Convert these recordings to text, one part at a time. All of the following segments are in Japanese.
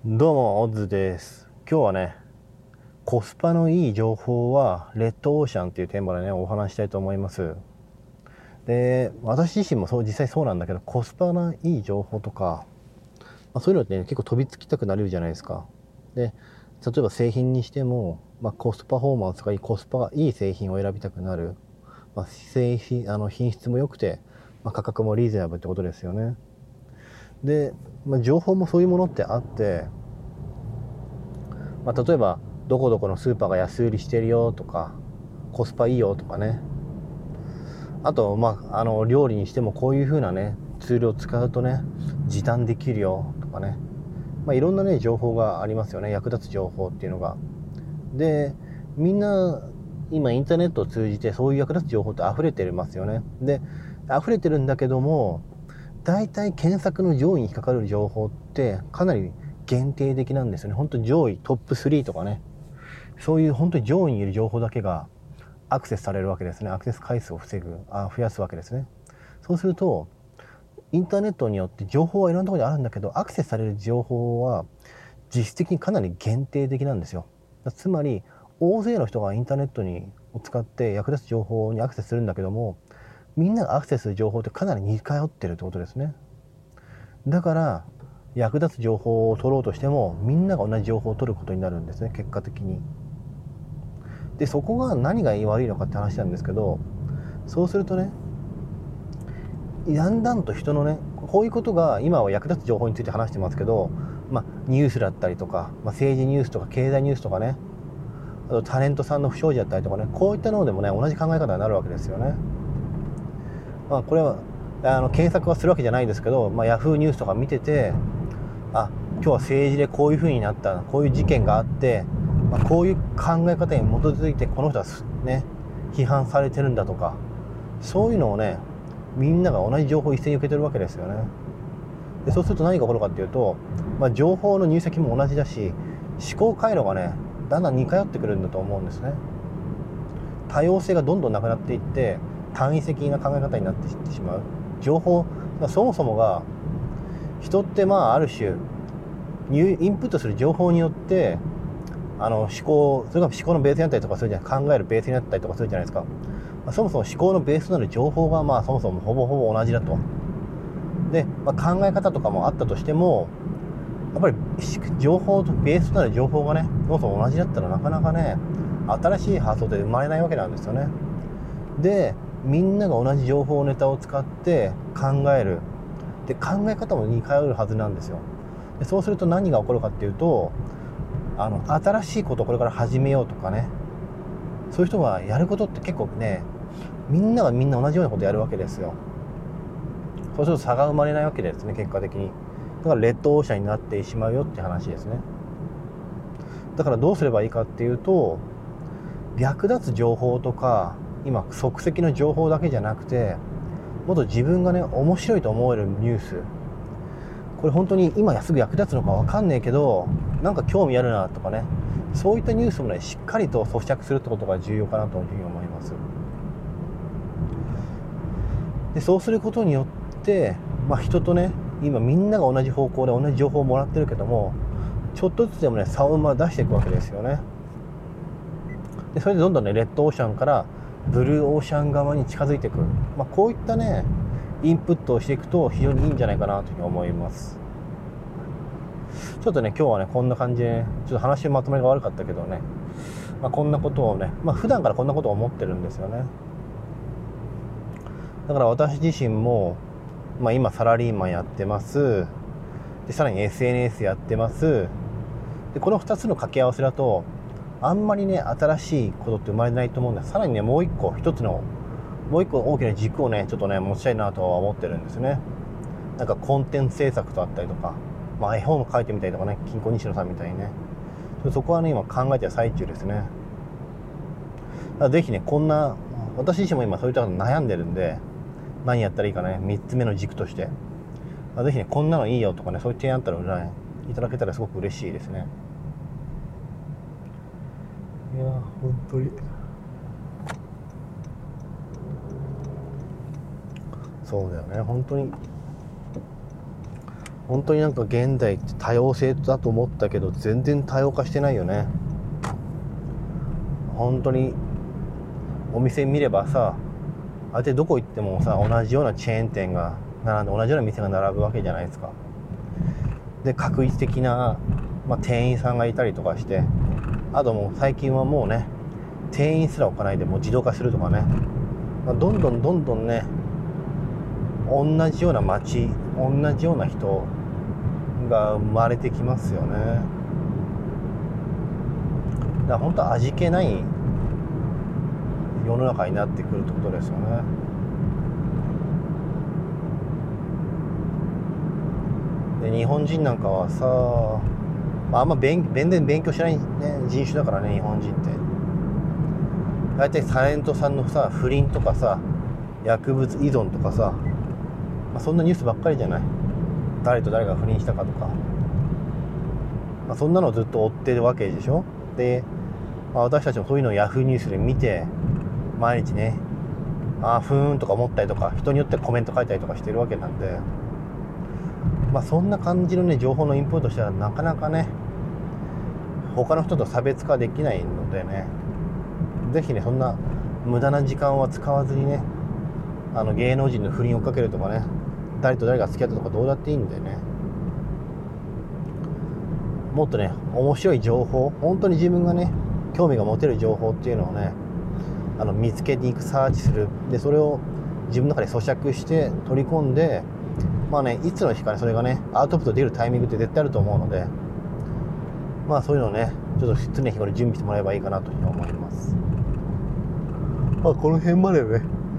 どうもオズです。今日はね、コスパのいい情報はレッドオーシャンっていうテーマでねお話したいと思います。で、私自身も実際そうなんだけど、コスパのいい情報とか、そういうのって、ね、結構飛びつきたくなれるじゃないですか。で、例えば製品にしても、コストパフォーマンスがいい、コスパがいい製品を選びたくなる、製品品質も良くて、価格もリーズナブルってことですよね。で、情報もそういうものってあって、例えばどこどこのスーパーが安売りしてるよとか、コスパいいよとかね、あと料理にしてもこういう風なねツールを使うとね時短できるよとかね、いろんなね情報がありますよね。役立つ情報っていうのが。で、みんな今インターネットを通じてそういう役立つ情報って溢れてますよね。で、溢れてるんだけども、大体検索の上位に引っかかる情報ってかなり限定的なんですよね。本当に上位トップ3とかね、そういう本当に上位にいる情報だけがアクセスされるわけですね。アクセス回数を増やすわけですね。そうするとインターネットによって情報はいろんなところにあるんだけど、アクセスされる情報は実質的にかなり限定的なんですよ。つまり大勢の人がインターネットを使って役立つ情報にアクセスするんだけども、みんながアクセスする情報ってかなり似通ってるってことですね。だから役立つ情報を取ろうとしてもみんなが同じ情報を取ることになるんですね、結果的に。で、そこが何が悪いのかって話なんですけど、そうするとね、だんだんと人のね、こういうことが今は役立つ情報について話してますけど、ニュースだったりとか、政治ニュースとか経済ニュースとかね、あとタレントさんの不祥事だったりとかね、こういったのでもね同じ考え方になるわけですよね。これは検索はするわけじゃないですけど、ヤフーニュースとか見てて、今日は政治でこういう風になった、こういう事件があって、こういう考え方に基づいてこの人はね批判されてるんだとか、そういうのをねみんなが同じ情報を一斉に受けてるわけですよね。で、そうすると何が起こるかっていうと、情報の入籍も同じだし、思考回路がねだんだん似通ってくるんだと思うんですね。多様性がどんどんなくなっていって、単位的な考え方になっていってしまう。情報、そもそもが人ってある種インプットする情報によって思考、それが思考のベースになったりとかするじゃない、考えるベースになったりとかするじゃないですか。そもそも思考のベースとなる情報がそもそもほぼほぼ同じだと。で、考え方とかもあったとしても、やっぱり情報とベースとなる情報がねそもそも同じだったらなかなかね新しい発想って生まれないわけなんですよね。で、みんなが同じ情報ネタを使って考える。で、考え方も似通るはずなんですよ。で、そうすると何が起こるかっていうと、新しいことをこれから始めようとかね、そういう人がやることって結構ね、みんながみんな同じようなことをやるわけですよ。そうすると差が生まれないわけですね、結果的に。だからレッドオーシャンになってしまうよって話ですね。だからどうすればいいかっていうと、役立つ情報とか今即席の情報だけじゃなくて、もっと自分がね面白いと思えるニュース、これ本当に今すぐ役立つのか分かんねえけどなんか興味あるなとかね、そういったニュースもねしっかりと咀嚼するってことが重要かなというふうに思います。で、そうすることによって、人とね今みんなが同じ方向で同じ情報をもらってるけども、ちょっとずつでもね差を出していくわけですよね。で、それでどんどんねレッドオーシャンからブルーオーシャン側に近づいていく、こういったねインプットをしていくと非常にいいんじゃないかなというふうに思います。ちょっとね今日はねこんな感じで、ちょっと話のまとめが悪かったけどね、こんなことをね、普段からこんなことを思ってるんですよね。だから私自身も、今サラリーマンやってます。で、さらに SNS やってます。で、この2つの掛け合わせだとあんまりね新しいことって生まれないと思うんで、さらにねもう一個大きな軸をねちょっとね持ちたいなとは思ってるんですね。なんかコンテンツ制作とあったりとか、絵本を書いてみたりとかね、金庫西野さんみたいにね、そこはね今考えてる最中ですね。だからぜひね私自身も今そういったこと悩んでるんで、何やったらいいかね、3つ目の軸として、ぜひねこんなのいいよとかね、そういう提案あったらねいただけたらすごく嬉しいですね。いや本当にそうだよね。本本当になんか現代って多様性だと思ったけど全然多様化してないよね。本当にお店見ればさ、あれってどこ行ってもさ同じようなチェーン店が並んで同じような店が並ぶわけじゃないですか。で画一的な、店員さんがいたりとかして、あともう最近はもうね店員すら置かないでもう自動化するとかね、どんどんね同じような街、同じような人が生まれてきますよね。だから本当味気ない世の中になってくるってことですよね。で日本人なんかはさ、あんま全然勉強しない、ね、人種だからね、日本人って大体タレントさんのさ不倫とかさ薬物依存とかさ、そんなニュースばっかりじゃない。誰と誰が不倫したかとか、そんなのをずっと追ってるわけでしょ。で、私たちもそういうのをヤフーニュースで見て毎日ねふーんとか思ったりとか、人によってコメント書いたりとかしてるわけなんで、そんな感じのね情報のインプットしたらなかなかね他の人と差別化できないのでね、ぜひねそんな無駄な時間は使わずにね、芸能人の不倫をかけるとかね、誰と誰が付き合ったとかどうだっていいんでね、もっとね面白い情報、本当に自分がね興味が持てる情報っていうのをね見つけに行く、サーチする。でそれを自分の中で咀嚼して取り込んで、いつの日かねそれがねアウトプットできるタイミングって絶対あると思うので、そういうのをねちょっと常日頃準備してもらえばいいかなというふうに思います。この辺までね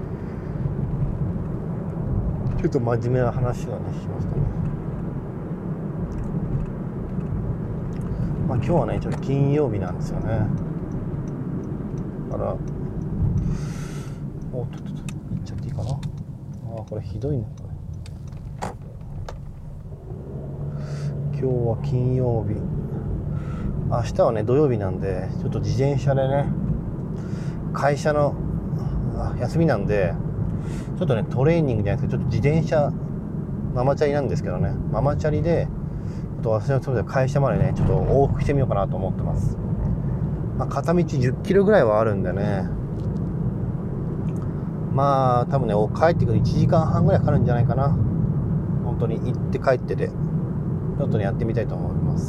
ちょっと真面目な話をねしましたね。今日はねちょっと金曜日なんですよね。だから行っちゃっていいかな。これひどいねこれ。今日は金曜日、明日はね土曜日なんで、ちょっと自転車でね会社の休みなんでちょっとねトレーニングじゃないですけど、ちょっと自転車ママチャリなんですけどね、ママチャリで私の勤めて会社までねちょっと往復してみようかなと思ってます。片道10キロぐらいはあるんでね、多分ね帰ってくる1時間半ぐらいかかるんじゃないかな。本当に行って帰ってでちょっとねやってみたいと思います。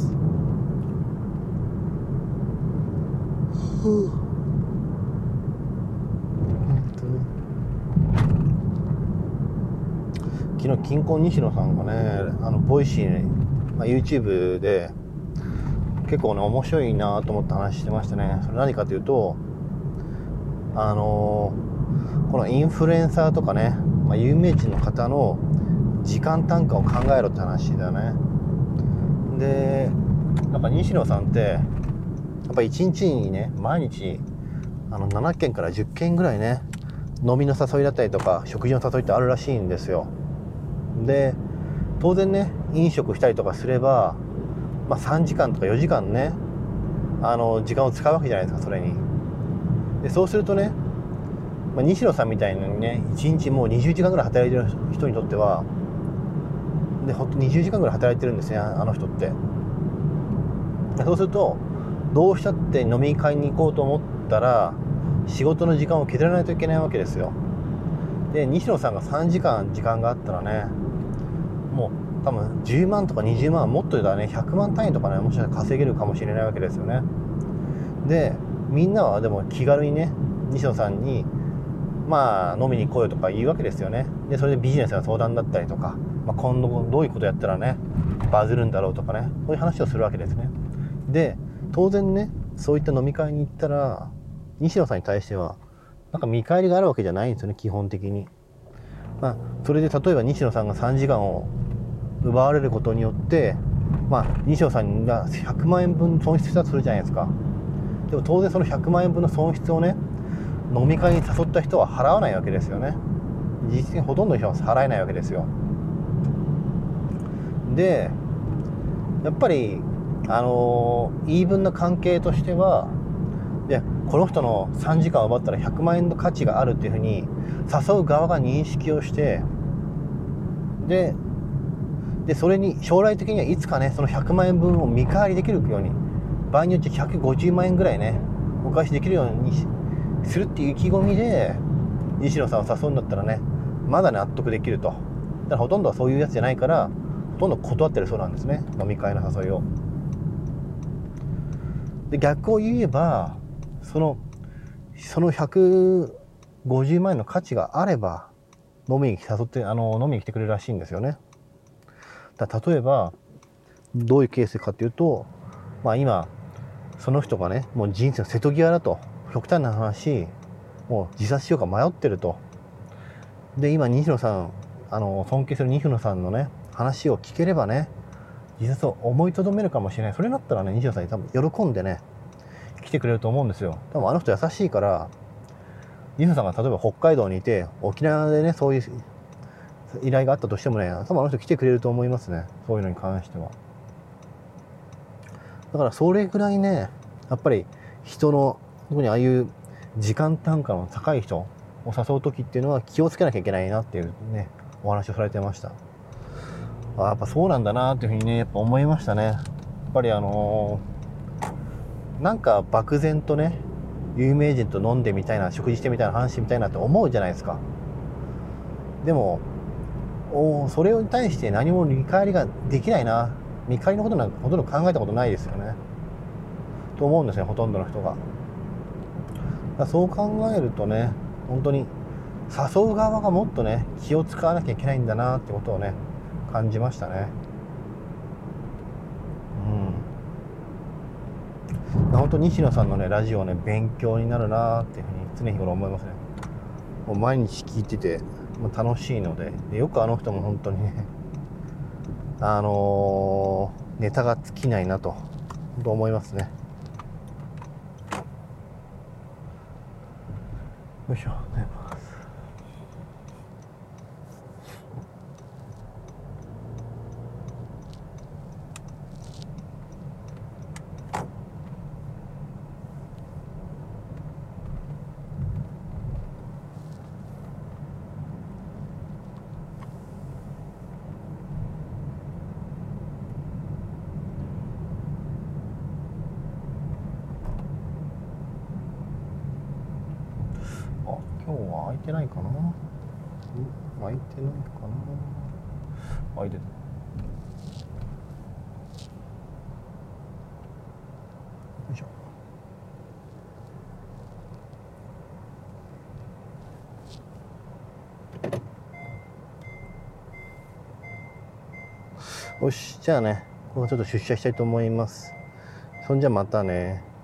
昨日金婚西野さんがねボイシー、YouTube で結構ね面白いなと思って話してましたね。それ何かというとこのインフルエンサーとかね、有名人の方の時間単価を考えろって話だよね。で西野さんってやっぱ1日にね毎日7件から10件ぐらいね飲みの誘いだったりとか食事の誘いってあるらしいんですよ。で当然ね飲食したりとかすれば、3時間とか4時間ね時間を使うわけじゃないですか、それに。でそうするとね、西野さんみたいにね1日もう20時間ぐらい働いてる人にとってはでほんと20時間ぐらい働いてるんですね、あの人って。そうするとどうしたって飲み会に行こうと思ったら仕事の時間を削らないといけないわけですよ。で西野さんが3時間時間があったらね、もう多分10万とか20万、もっと言うとね100万単位とかねもしかしたら稼げるかもしれないわけですよね。でみんなはでも気軽にね西野さんに飲みに行こうよとか言うわけですよね。でそれでビジネスの相談だったりとか、今度どういうことやったらねバズるんだろうとかね、そういう話をするわけですね。で当然ねそういった飲み会に行ったら西野さんに対しては見返りがあるわけじゃないんですよね、基本的に。それで例えば西野さんが3時間を奪われることによって西野さんが100万円分損失したとするじゃないですか。でも当然その100万円分の損失をね飲み会に誘った人は払わないわけですよね。実質にほとんどの人は払えないわけですよ。でやっぱりイーブンな関係としては、この人の3時間を奪ったら100万円の価値があるっていうふうに誘う側が認識をして、ででそれに将来的にはいつかねその100万円分を見返りできるように、場合によって150万円ぐらいねお返しできるようにするっていう意気込みで西野さんを誘うんだったらね、まだ納得できると。だからほとんどはそういうやつじゃないから、ほとんど断ってるそうなんですね、飲み会の誘いを。で逆を言えば、その150万円の価値があれば飲みに誘って飲みに来てくれるらしいんですよね。例えばどういうケースかというと、今その人がねもう人生の瀬戸際だと、極端な話もう自殺しようか迷ってると。で今西野さん尊敬する西野さんのね話を聞ければね、自殺を思いとどめるかもしれない。それだったらね西野さんに多分喜んでね来てくれると思うんですよ。多分あの人優しいから、西野さんが例えば北海道にいて沖縄でねそういう依頼があったとしてもね、多分あの人来てくれると思いますね、そういうのに関しては。だからそれぐらいねやっぱり人の特にああいう時間単価の高い人を誘う時っていうのは気をつけなきゃいけないなっていうねお話をされてました。やっぱそうなんだなっていうふうにねやっぱ思いましたね。やっぱりなんか漠然とね有名人と飲んでみたいな、食事してみたいな、話してみたいなって思うじゃないですか。でもそれに対して何も見返りができないな、見返りのことなんかほとんど考えたことないですよねと思うんですね、ほとんどの人が。そう考えるとね、本当に誘う側がもっとね気を使わなきゃいけないんだなってことをね感じましたね。本当に西野さんのねラジオね勉強になるなっていうふうに常日頃思いますね。もう毎日聞いてて楽しいので、よくあの人も本当にねネタが尽きないなと本当思いますね。よいしょ、ね、今日は空いてないかな。空いてないかな。空いてた。よいしょ。よし、じゃあね、ここちょっと出社したいと思います。そんじゃまたね。